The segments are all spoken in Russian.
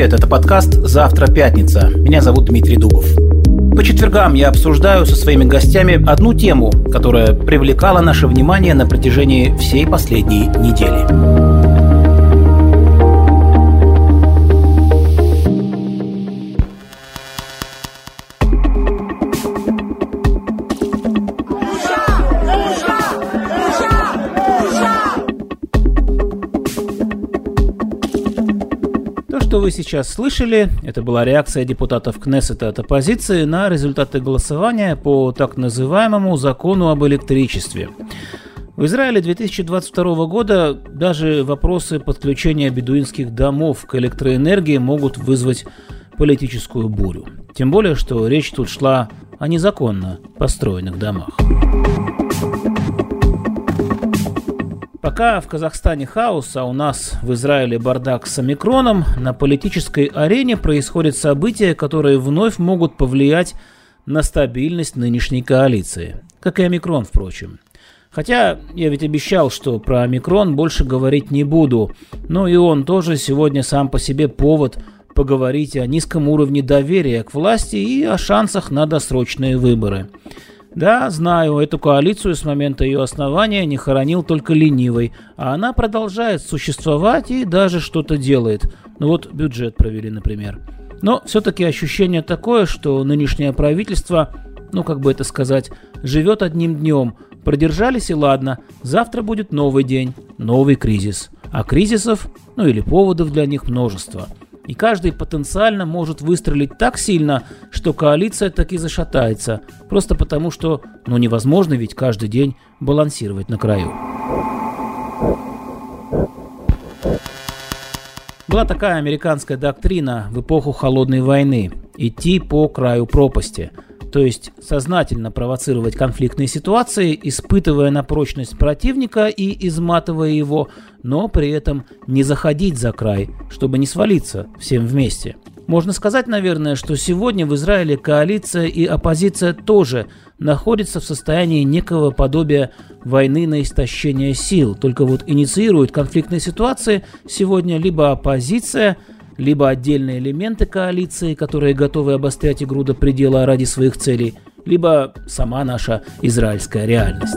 привет, это подкаст «Завтра пятница». Меня зовут Дмитрий Дубов. По четвергам я обсуждаю со своими гостями одну тему, которая привлекала наше внимание на протяжении всей последней недели. Что вы сейчас слышали, это была реакция депутатов Кнессета от оппозиции на результаты голосования по так называемому закону об электричестве. В Израиле 2022 года даже вопросы подключения бедуинских домов к электроэнергии могут вызвать политическую бурю. Тем более, что речь тут шла о незаконно построенных домах. Пока в Казахстане хаос, а у нас в Израиле бардак с омикроном, на политической арене происходят события, которые вновь могут повлиять на стабильность нынешней коалиции. Как и омикрон, впрочем. Хотя я ведь обещал, что про омикрон больше говорить не буду, но и он тоже сегодня сам по себе повод поговорить о низком уровне доверия к власти и о шансах на досрочные выборы. Да, знаю, эту коалицию с момента ее основания не хоронил только ленивый, а она продолжает существовать и даже что-то делает. Ну вот бюджет провели, например. Но все-таки ощущение такое, что нынешнее правительство, как бы это сказать, живет одним днем. Продержались и ладно, завтра будет новый день, новый кризис. А кризисов, или поводов для них множество. И каждый потенциально может выстрелить так сильно, что коалиция таки зашатается. Просто потому, что невозможно ведь каждый день балансировать на краю. Была такая американская доктрина в эпоху Холодной войны – идти по краю пропасти. То есть сознательно провоцировать конфликтные ситуации, испытывая на прочность противника и изматывая его, но при этом не заходить за край, чтобы не свалиться всем вместе. Можно сказать, наверное, что сегодня в Израиле коалиция и оппозиция тоже находятся в состоянии некого подобия войны на истощение сил. Только вот инициируют конфликтные ситуации сегодня либо оппозиция, либо отдельные элементы коалиции, которые готовы обострять игру до предела ради своих целей, либо сама наша израильская реальность.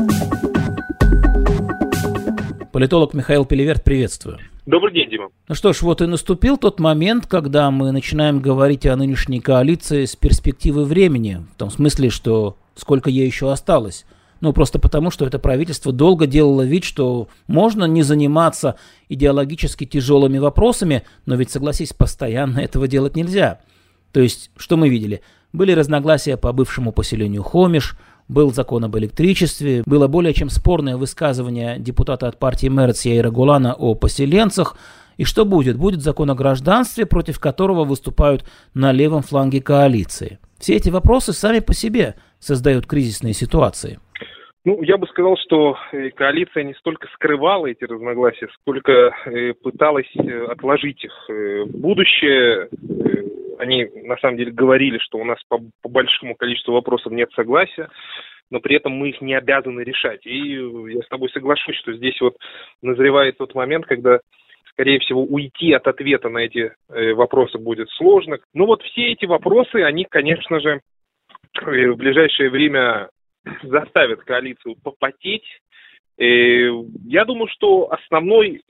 Политолог Михаил Пелеверт, приветствую. Добрый день, Дима. Ну что ж, вот и наступил тот момент, когда мы начинаем говорить о нынешней коалиции с перспективы времени, в том смысле, что сколько ей еще осталось. Просто потому, что это правительство долго делало вид, что можно не заниматься идеологически тяжелыми вопросами, но ведь, согласись, постоянно этого делать нельзя. То есть, что мы видели? Были разногласия по бывшему поселению Хомиш, был закон об электричестве, было более чем спорное высказывание депутата от партии Мерец Яира Голана о поселенцах. И что будет? Будет закон о гражданстве, против которого выступают на левом фланге коалиции. Все эти вопросы сами по себе создают кризисные ситуации. Я бы сказал, что коалиция не столько скрывала эти разногласия, сколько пыталась отложить их в будущее. Они, на самом деле, говорили, что у нас по большому количеству вопросов нет согласия, но при этом мы их не обязаны решать. И я с тобой соглашусь, что здесь назревает тот момент, когда, скорее всего, уйти от ответа на эти вопросы будет сложно. Все эти вопросы, они, конечно же, в ближайшее время заставят коалицию попотеть. Я думаю, что основной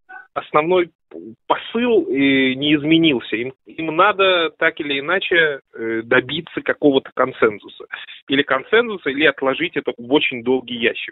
посыл не изменился. Им надо так или иначе добиться какого-то консенсуса. Или отложить это в очень долгий ящик.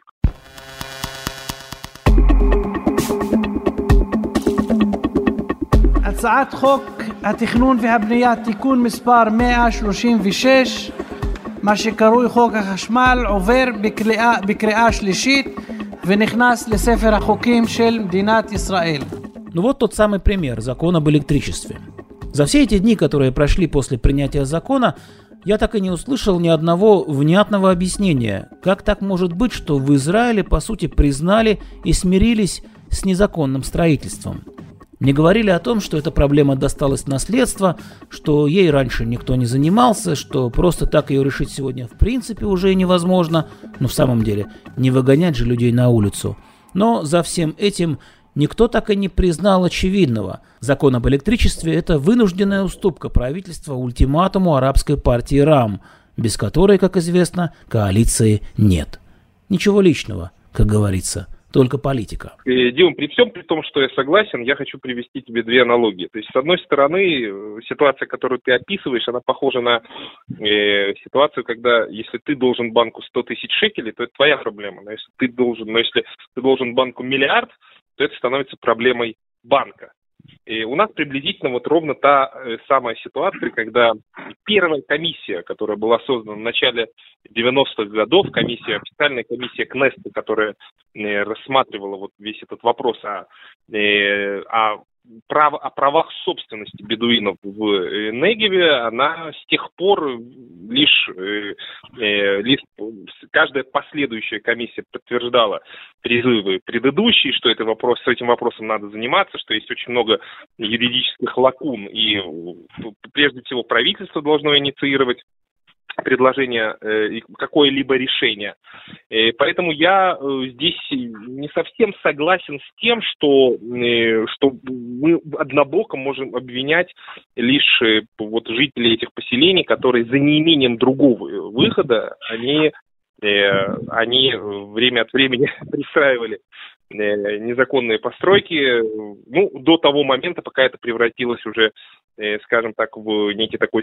הצעת חוק התכנון והבנייה תיקון מספר 136, מה שקרוי חוק החשמל, עובר בקריאה שלישית ונכנס לספר החוקים של מדינת ישראל. Вот тот самый пример, закон об электричестве. За все эти дни, которые прошли после принятия закона, я так и не услышал ни одного внятного объяснения, как так может быть, что в Израиле, по сути, признали и смирились с незаконным строительством. Мне говорили о том, что эта проблема досталась в наследство, что ей раньше никто не занимался, что просто так ее решить сегодня в принципе уже невозможно. Но в самом деле, не выгонять же людей на улицу. Но за всем этим Никто так и не признал очевидного. Закон об электричестве – это вынужденная уступка правительства ультиматуму арабской партии РАМ, без которой, как известно, коалиции нет. Ничего личного, как говорится, только политика. Дима, при всем при том, что я согласен, я хочу привести тебе две аналогии. То есть, с одной стороны, ситуация, которую ты описываешь, она похожа на ситуацию, когда если ты должен банку 100 тысяч шекелей, то это твоя проблема. Но если ты должен банку миллиард, то это становится проблемой банка. И у нас приблизительно вот ровно та самая ситуация, когда первая комиссия, которая была создана в начале 90-х годов, официальная комиссия Кнессета, которая рассматривала вот весь этот вопрос о правах собственности бедуинов в Негеве, она с тех пор лишь каждая последующая комиссия подтверждала призывы предыдущей, что с этим вопросом надо заниматься, что есть очень много юридических лакун, и прежде всего правительство должно инициировать предложение, какое-либо решение. Поэтому я здесь не совсем согласен с тем, что мы однобоко можем обвинять лишь вот жителей этих поселений, которые за неимением другого выхода, они время от времени пристраивали незаконные постройки, до того момента, пока это превратилось уже, скажем так, в некий такой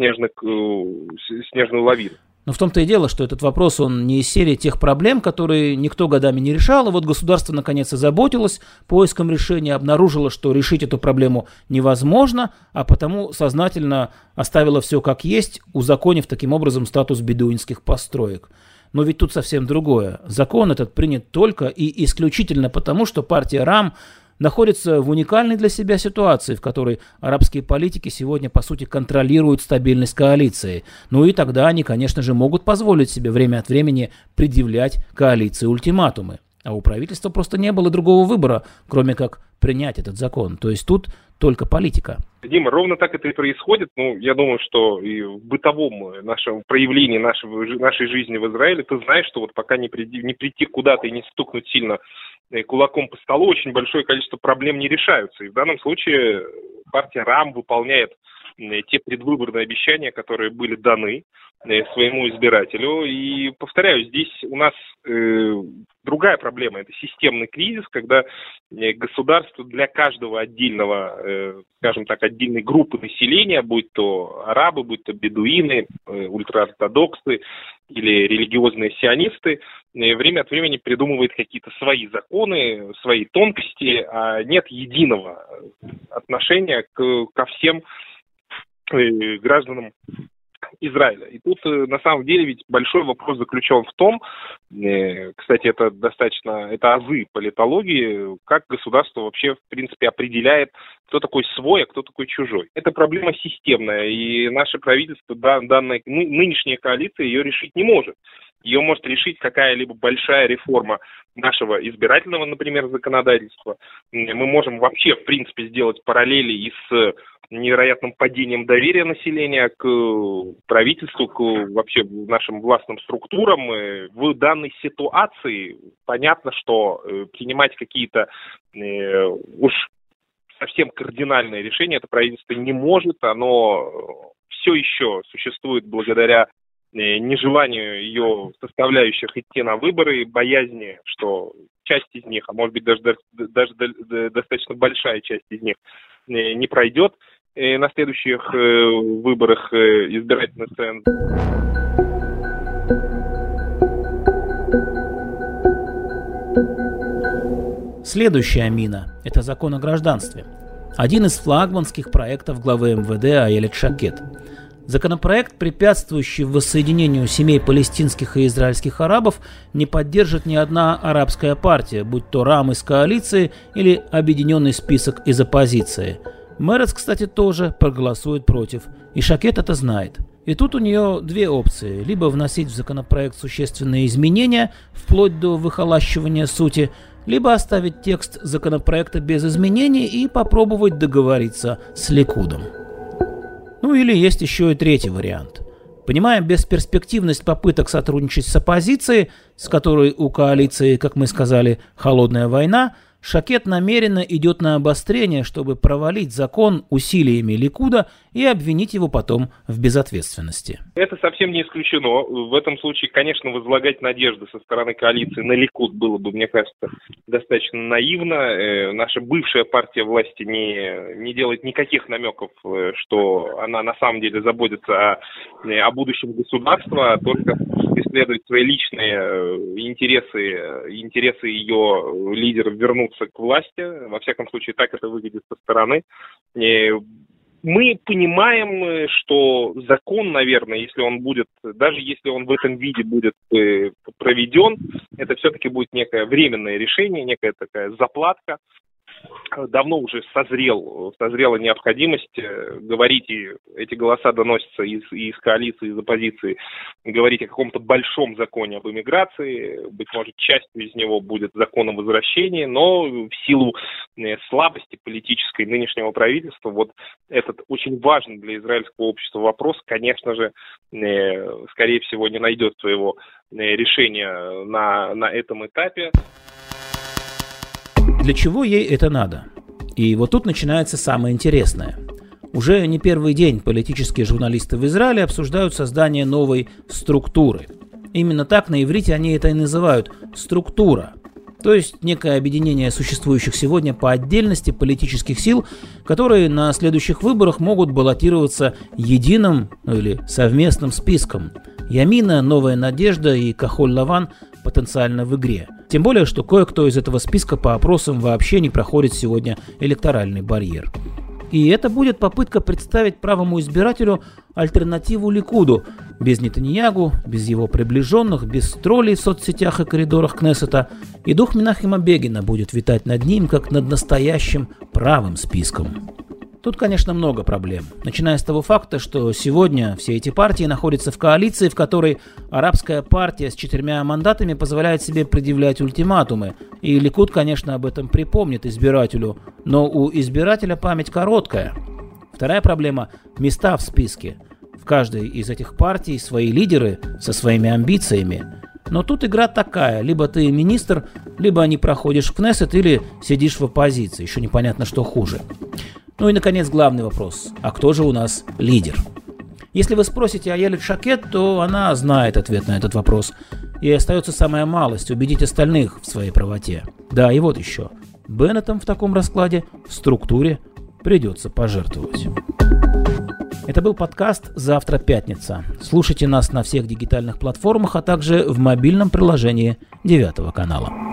снежную лавину. Но в том-то и дело, что этот вопрос, он не из серии тех проблем, которые никто годами не решал, и вот государство наконец озаботилось поиском решения, обнаружило, что решить эту проблему невозможно, а потому сознательно оставило все как есть, узаконив таким образом статус бедуинских построек. Но ведь тут совсем другое. Закон этот принят только и исключительно потому, что партия РАМ находится в уникальной для себя ситуации, в которой арабские политики сегодня, по сути, контролируют стабильность коалиции. Ну и тогда они, конечно же, могут позволить себе время от времени предъявлять коалиции ультиматумы. А у правительства просто не было другого выбора, кроме как принять этот закон. То есть тут только политика. Дима, ровно так это и происходит. Я думаю, что и в бытовом нашем проявлении нашей жизни в Израиле ты знаешь, что вот пока не прийти куда-то и не стукнуть сильно кулаком по столу, очень большое количество проблем не решаются. И в данном случае партия РАМ выполняет те предвыборные обещания, которые были даны своему избирателю. И, повторяю, здесь у нас другая проблема. Это системный кризис, когда государство для каждого отдельного, скажем так, отдельной группы населения, будь то арабы, будь то бедуины, ультраортодоксы или религиозные сионисты, время от времени придумывает какие-то свои законы, свои тонкости, а нет единого отношения ко всем гражданам Израиля. И тут, на самом деле, ведь большой вопрос заключен в том, кстати, это азы политологии, как государство вообще, в принципе, определяет, кто такой свой, а кто такой чужой. Это проблема системная, и наше правительство, нынешняя коалиция ее решить не может. Ее может решить какая-либо большая реформа нашего избирательного, например, законодательства. Мы можем вообще, в принципе, сделать параллели и с невероятным падением доверия населения к правительству, к вообще нашим властным структурам. В данной ситуации понятно, что принимать какие-то уж совсем кардинальные решения это правительство не может. Оно все еще существует благодаря нежеланию ее составляющих идти на выборы, боязни, что часть из них, а может быть даже достаточно большая часть из них не пройдет на следующих выборах избирательных центров. Следующая мина – это закон о гражданстве. Один из флагманских проектов главы МВД Аелет Шакед. Законопроект, препятствующий воссоединению семей палестинских и израильских арабов, не поддержит ни одна арабская партия, будь то РАМ из коалиции или объединенный список из оппозиции. Мерец, кстати, тоже проголосует против, и Шакед это знает. И тут у нее две опции. Либо вносить в законопроект существенные изменения, вплоть до выхолащивания сути, либо оставить текст законопроекта без изменений и попробовать договориться с Ликудом. Ну или есть еще и третий вариант. Понимая бесперспективность попыток сотрудничать с оппозицией, с которой у коалиции, как мы сказали, холодная война, Шакет намеренно идет на обострение, чтобы провалить закон усилиями Ликуда и обвинить его потом в безответственности. Это совсем не исключено. В этом случае, конечно, возлагать надежды со стороны коалиции на Ликуд было бы, мне кажется, достаточно наивно. Наша бывшая партия власти не делает никаких намеков, что она на самом деле заботится о будущем государства, а только преследует свои личные интересы ее лидеров вернуться к власти. Во всяком случае, так это выглядит со стороны. Мы понимаем, что закон, наверное, если он будет, даже если он в этом виде будет проведен, это все-таки будет некое временное решение, некая такая заплатка. Давно уже созрела необходимость говорить, и эти голоса доносятся из коалиции, из оппозиции, говорить о каком-то большом законе об иммиграции. Быть может, частью из него будет закон о возвращении, но в силу слабости политической нынешнего правительства, вот этот очень важный для израильского общества вопрос, конечно же, скорее всего, не найдет своего решения на этом этапе. Для чего ей это надо? И вот тут начинается самое интересное. Уже не первый день политические журналисты в Израиле обсуждают создание новой структуры. Именно так на иврите они это и называют – структура. То есть некое объединение существующих сегодня по отдельности политических сил, которые на следующих выборах могут баллотироваться единым или совместным списком. Ямина, Новая Надежда и Кахоль-Лаван потенциально в игре. Тем более, что кое-кто из этого списка по опросам вообще не проходит сегодня электоральный барьер. И это будет попытка представить правому избирателю альтернативу Ликуду. Без Нетаньягу, без его приближенных, без троллей в соцсетях и коридорах Кнессета. И дух Менахема Бегина будет витать над ним, как над настоящим правым списком. Тут, конечно, много проблем, начиная с того факта, что сегодня все эти партии находятся в коалиции, в которой арабская партия с 4 мандатами позволяет себе предъявлять ультиматумы. И Ликуд, конечно, об этом припомнит избирателю, но у избирателя память короткая. Вторая проблема – места в списке. В каждой из этих партий свои лидеры со своими амбициями. Но тут игра такая, либо ты министр, либо не проходишь в Кнессет, или сидишь в оппозиции, еще непонятно, что хуже. Ну и, наконец, главный вопрос. А кто же у нас лидер? Если вы спросите Аелет Шакет, то она знает ответ на этот вопрос. И остается самая малость – убедить остальных в своей правоте. Да, и вот еще. Беннетом в таком раскладе в структуре придется пожертвовать. Это был подкаст «Завтра пятница». Слушайте нас на всех дигитальных платформах, а также в мобильном приложении 9 канала.